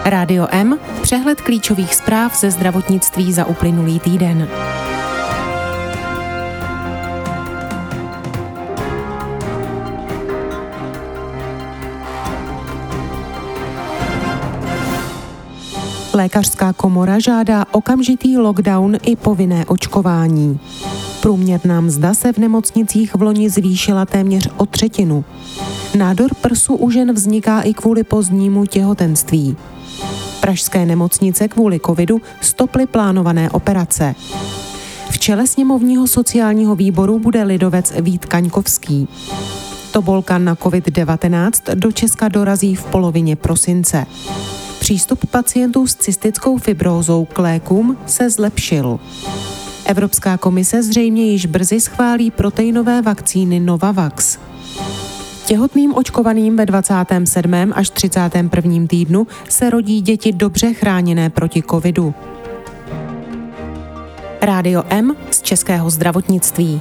Rádio M, přehled klíčových zpráv ze zdravotnictví za uplynulý týden. Lékařská komora žádá okamžitý lockdown i povinné očkování. Průměrná mzda se v nemocnicích vloni zvýšila téměř o 1/3. Nádor prsu u žen vzniká i kvůli pozdnímu těhotenství. Pražské nemocnice kvůli covidu stoply plánované operace. V čele sněmovního sociálního výboru bude lidovec Vít Kaňkovský. Tobolka na COVID-19 do Česka dorazí v polovině prosince. Přístup pacientů s cystickou fibrózou k lékům se zlepšil. Evropská komise zřejmě již brzy schválí proteinové vakcíny Novavax. Těhotným očkovaným ve 27. až 31. týdnu se rodí děti dobře chráněné proti covidu. Rádio M z českého zdravotnictví.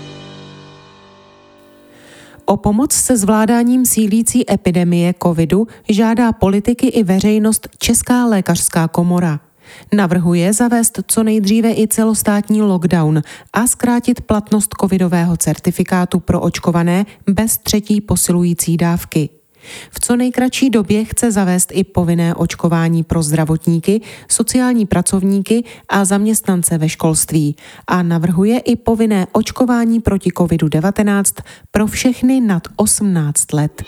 O pomoc se zvládáním sílící epidemie covidu žádá politiky i veřejnost Česká lékařská komora. Navrhuje zavést co nejdříve i celostátní lockdown a zkrátit platnost covidového certifikátu pro očkované bez třetí posilující dávky. V co nejkratší době chce zavést i povinné očkování pro zdravotníky, sociální pracovníky a zaměstnance ve školství a navrhuje i povinné očkování proti COVID-19 pro všechny nad 18 let.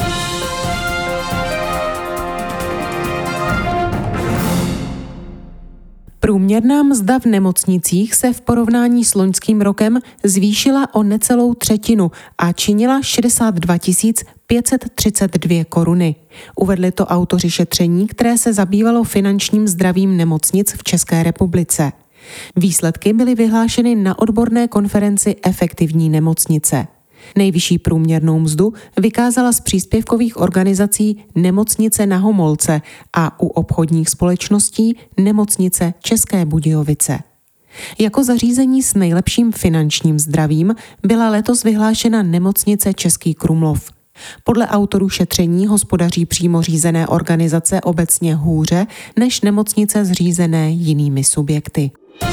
Průměrná mzda v nemocnicích se v porovnání s loňským rokem zvýšila o necelou 1/3 a činila 62 532 koruny. Uvedli to autoři šetření, které se zabývalo finančním zdravím nemocnic v České republice. Výsledky byly vyhlášeny na odborné konferenci Efektivní nemocnice. Nejvyšší průměrnou mzdu vykázala z příspěvkových organizací Nemocnice Na Homolce a u obchodních společností Nemocnice České Budějovice. Jako zařízení s nejlepším finančním zdravím byla letos vyhlášena Nemocnice Český Krumlov. Podle autorů šetření hospodaří přímo řízené organizace obecně hůře než nemocnice zřízené jinými subjekty.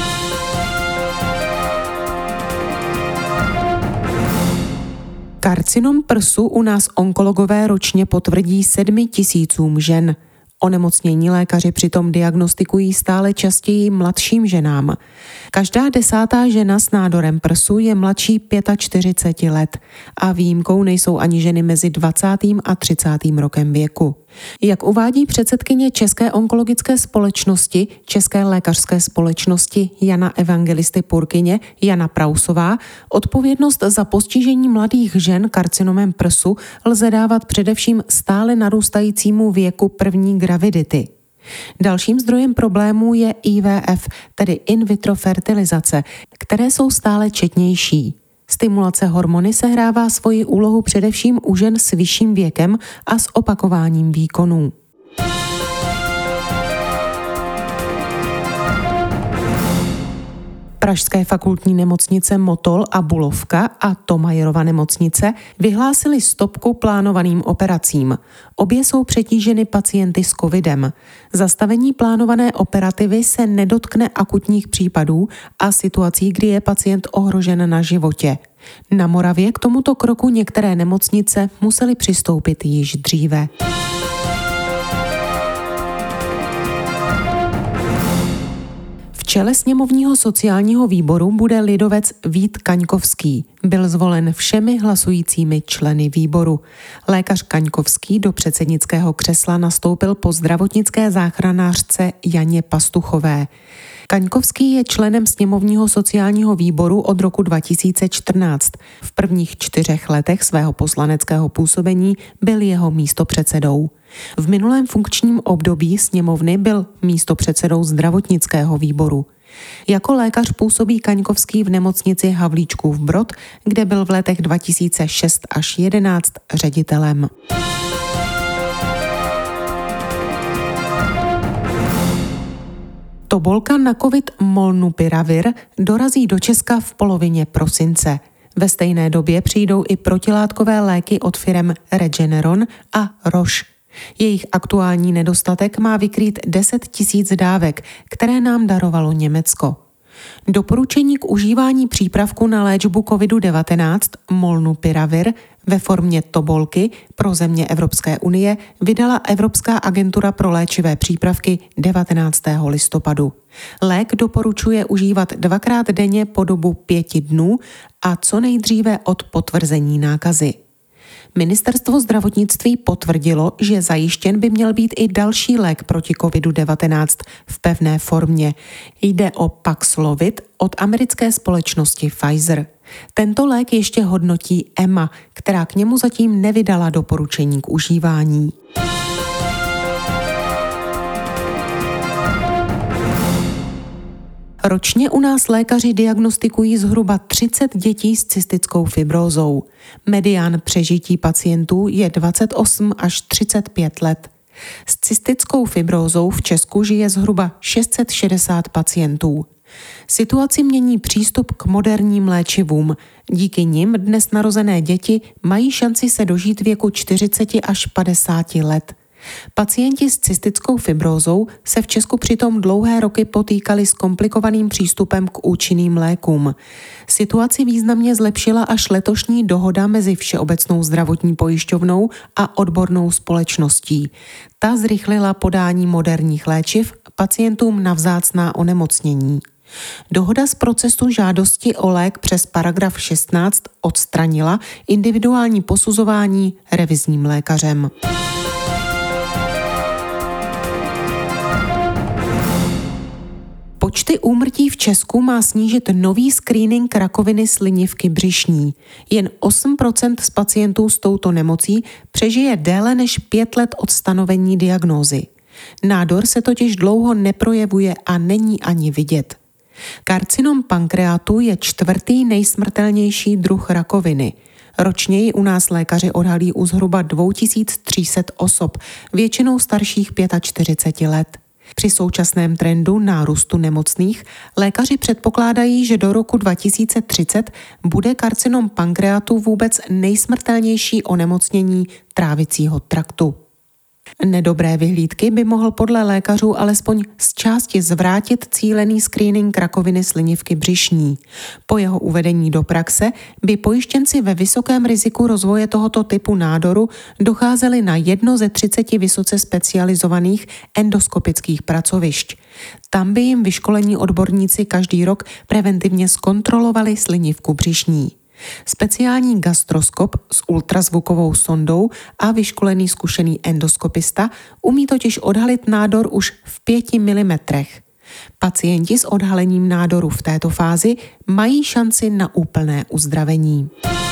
Karcinom prsu u nás onkologové ročně potvrdí 7 000 žen. Onemocnění lékaři přitom diagnostikují stále častěji mladším ženám. Každá 10. žena s nádorem prsu je mladší 45 let a výjimkou nejsou ani ženy mezi 20. a 30. rokem věku. Jak uvádí předsedkyně České onkologické společnosti, České lékařské společnosti Jana Evangelisty Purkyně Jana Prausová, odpovědnost za postižení mladých žen karcinomem prsu lze dávat především stále narůstajícímu věku první gravidity. Dalším zdrojem problémů je IVF, tedy in vitro fertilizace, které jsou stále četnější. Stimulace hormony sehrává svoji úlohu především u žen s vyšším věkem a s opakováním výkonů. Pražské fakultní nemocnice Motol a Bulovka a Thomayerova nemocnice vyhlásily stopku plánovaným operacím. Obě jsou přetíženy pacienty s covidem. Zastavení plánované operativy se nedotkne akutních případů a situací, kdy je pacient ohrožen na životě. Na Moravě k tomuto kroku některé nemocnice musely přistoupit již dříve. V čele sněmovního sociálního výboru bude lidovec Vít Kaňkovský. Byl zvolen všemi hlasujícími členy výboru. Lékař Kaňkovský do předsednického křesla nastoupil po zdravotnické záchranářce Janě Pastuchové. Kaňkovský je členem sněmovního sociálního výboru od roku 2014. V prvních 4 letech svého poslaneckého působení byl jeho místopředsedou. V minulém funkčním období sněmovny byl místopředsedou zdravotnického výboru. Jako lékař působí Kaňkovský v nemocnici Havlíčkův Brod, kde byl v letech 2006 až 2011 ředitelem. Tobolka na COVID Molnupiravir dorazí do Česka v polovině prosince. Ve stejné době přijdou i protilátkové léky od firem Regeneron a Roche. Jejich aktuální nedostatek má vykrýt 10 000 dávek, které nám darovalo Německo. Doporučení k užívání přípravku na léčbu COVID-19 Molnupiravir ve formě tobolky pro země Evropské unie vydala Evropská agentura pro léčivé přípravky 19. listopadu. Lék doporučuje užívat 2krát denně po dobu 5 dnů a co nejdříve od potvrzení nákazy. Ministerstvo zdravotnictví potvrdilo, že zajištěn by měl být i další lék proti COVID-19 v pevné formě. Jde o Paxlovid od americké společnosti Pfizer. Tento lék ještě hodnotí EMA, která k němu zatím nevydala doporučení k užívání. Ročně u nás lékaři diagnostikují zhruba 30 dětí s cystickou fibrózou. Medián přežití pacientů je 28 až 35 let. S cystickou fibrózou v Česku žije zhruba 660 pacientů. Situaci mění přístup k moderním léčivům. Díky nim dnes narozené děti mají šanci se dožít věku 40 až 50 let. Pacienti s cystickou fibrózou se v Česku přitom dlouhé roky potýkali s komplikovaným přístupem k účinným lékům. Situaci významně zlepšila až letošní dohoda mezi Všeobecnou zdravotní pojišťovnou a odbornou společností. Ta zrychlila podání moderních léčiv pacientům na vzácná onemocnění. Dohoda z procesu žádosti o lék přes paragraf 16 odstranila individuální posuzování revizním lékařem. Počty úmrtí v Česku má snížit nový screening rakoviny slinivky břišní. Jen 8% z pacientů s touto nemocí přežije déle než 5 let od stanovení diagnózy. Nádor se totiž dlouho neprojevuje a není ani vidět. Karcinom pankreatu je 4. nejsmrtelnější druh rakoviny. Ročně ji u nás lékaři odhalí u zhruba 2300 osob, většinou starších 45 let. Při současném trendu nárůstu nemocných lékaři předpokládají, že do roku 2030 bude karcinom pankreatu vůbec nejsmrtelnější onemocnění trávicího traktu. Nedobré vyhlídky by mohl podle lékařů alespoň z části zvrátit cílený screening rakoviny slinivky břišní. Po jeho uvedení do praxe by pojištěnci ve vysokém riziku rozvoje tohoto typu nádoru docházeli na 1 ze 30 vysoce specializovaných endoskopických pracovišť. Tam by jim vyškolení odborníci každý rok preventivně zkontrolovali slinivku břišní. Speciální gastroskop s ultrazvukovou sondou a vyškolený zkušený endoskopista umí totiž odhalit nádor už v 5 mm. Pacienti s odhalením nádoru v této fázi mají šanci na úplné uzdravení.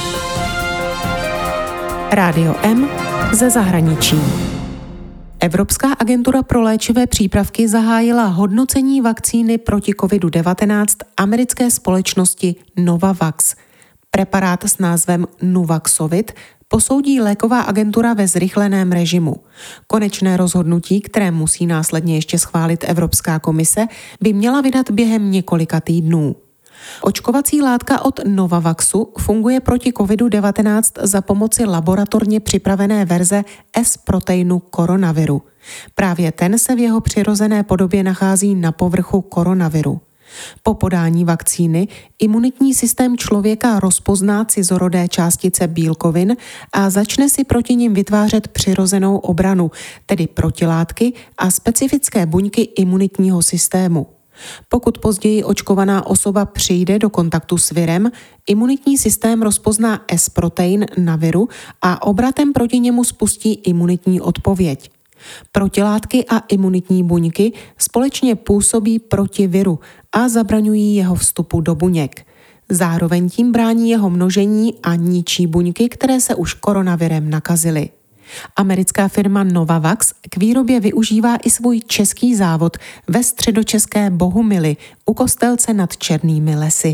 Rádio M ze zahraničí. Evropská agentura pro léčivé přípravky zahájila hodnocení vakcíny proti COVID-19 americké společnosti Novavax. Preparát s názvem Nuvaxovid posoudí léková agentura ve zrychleném režimu. Konečné rozhodnutí, které musí následně ještě schválit Evropská komise, by měla vydat během několika týdnů. Očkovací látka od Novavaxu funguje proti COVID-19 za pomoci laboratorně připravené verze S-proteinu koronaviru. Právě ten se v jeho přirozené podobě nachází na povrchu koronaviru. Po podání vakcíny imunitní systém člověka rozpozná cizorodé částice bílkovin a začne si proti nim vytvářet přirozenou obranu, tedy protilátky a specifické buňky imunitního systému. Pokud později očkovaná osoba přijde do kontaktu s virem, imunitní systém rozpozná S-protein na viru a obratem proti němu spustí imunitní odpověď. Protilátky a imunitní buňky společně působí proti viru a zabraňují jeho vstupu do buněk. Zároveň tím brání jeho množení a ničí buňky, které se už koronavirem nakazily. Americká firma Novavax k výrobě využívá i svůj český závod ve středočeské Bohumili u Kostelce nad Černými lesy.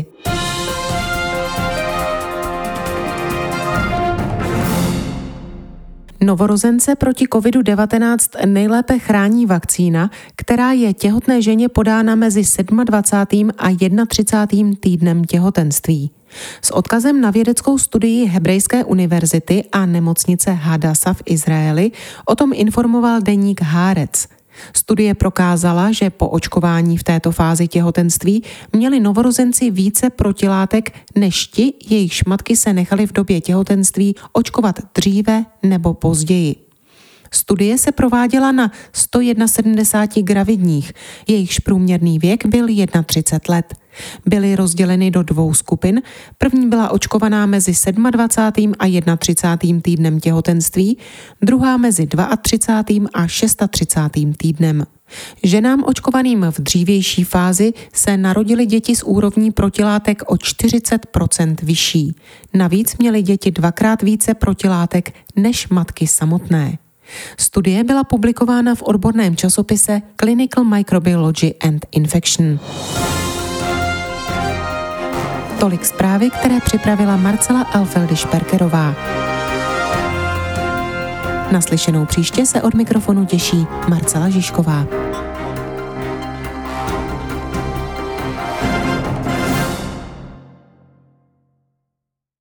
Novorozence proti COVID-19 nejlépe chrání vakcína, která je těhotné ženě podána mezi 27. a 31. týdnem těhotenství. S odkazem na vědeckou studii Hebrejské univerzity a nemocnice Hadassah v Izraeli o tom informoval deník Haaretz. Studie prokázala, že po očkování v této fázi těhotenství měli novorozenci více protilátek než ti, jejichž matky se nechaly v době těhotenství očkovat dříve nebo později. Studie se prováděla na 171 gravidních, jejichž průměrný věk byl 31 let. Byly rozděleny do 2 skupin. První byla očkovaná mezi 27. a 31. týdnem těhotenství, druhá mezi 32. a 36. týdnem. Ženám očkovaným v dřívější fázi se narodily děti s úrovní protilátek o 40% vyšší. Navíc měly děti 2krát více protilátek než matky samotné. Studie byla publikována v odborném časopise Clinical Microbiology and Infection. Tolik zprávy, které připravila Marcela Alfeldy-Šperkerová. Naslyšenou příště se od mikrofonu těší Marcela Žižková.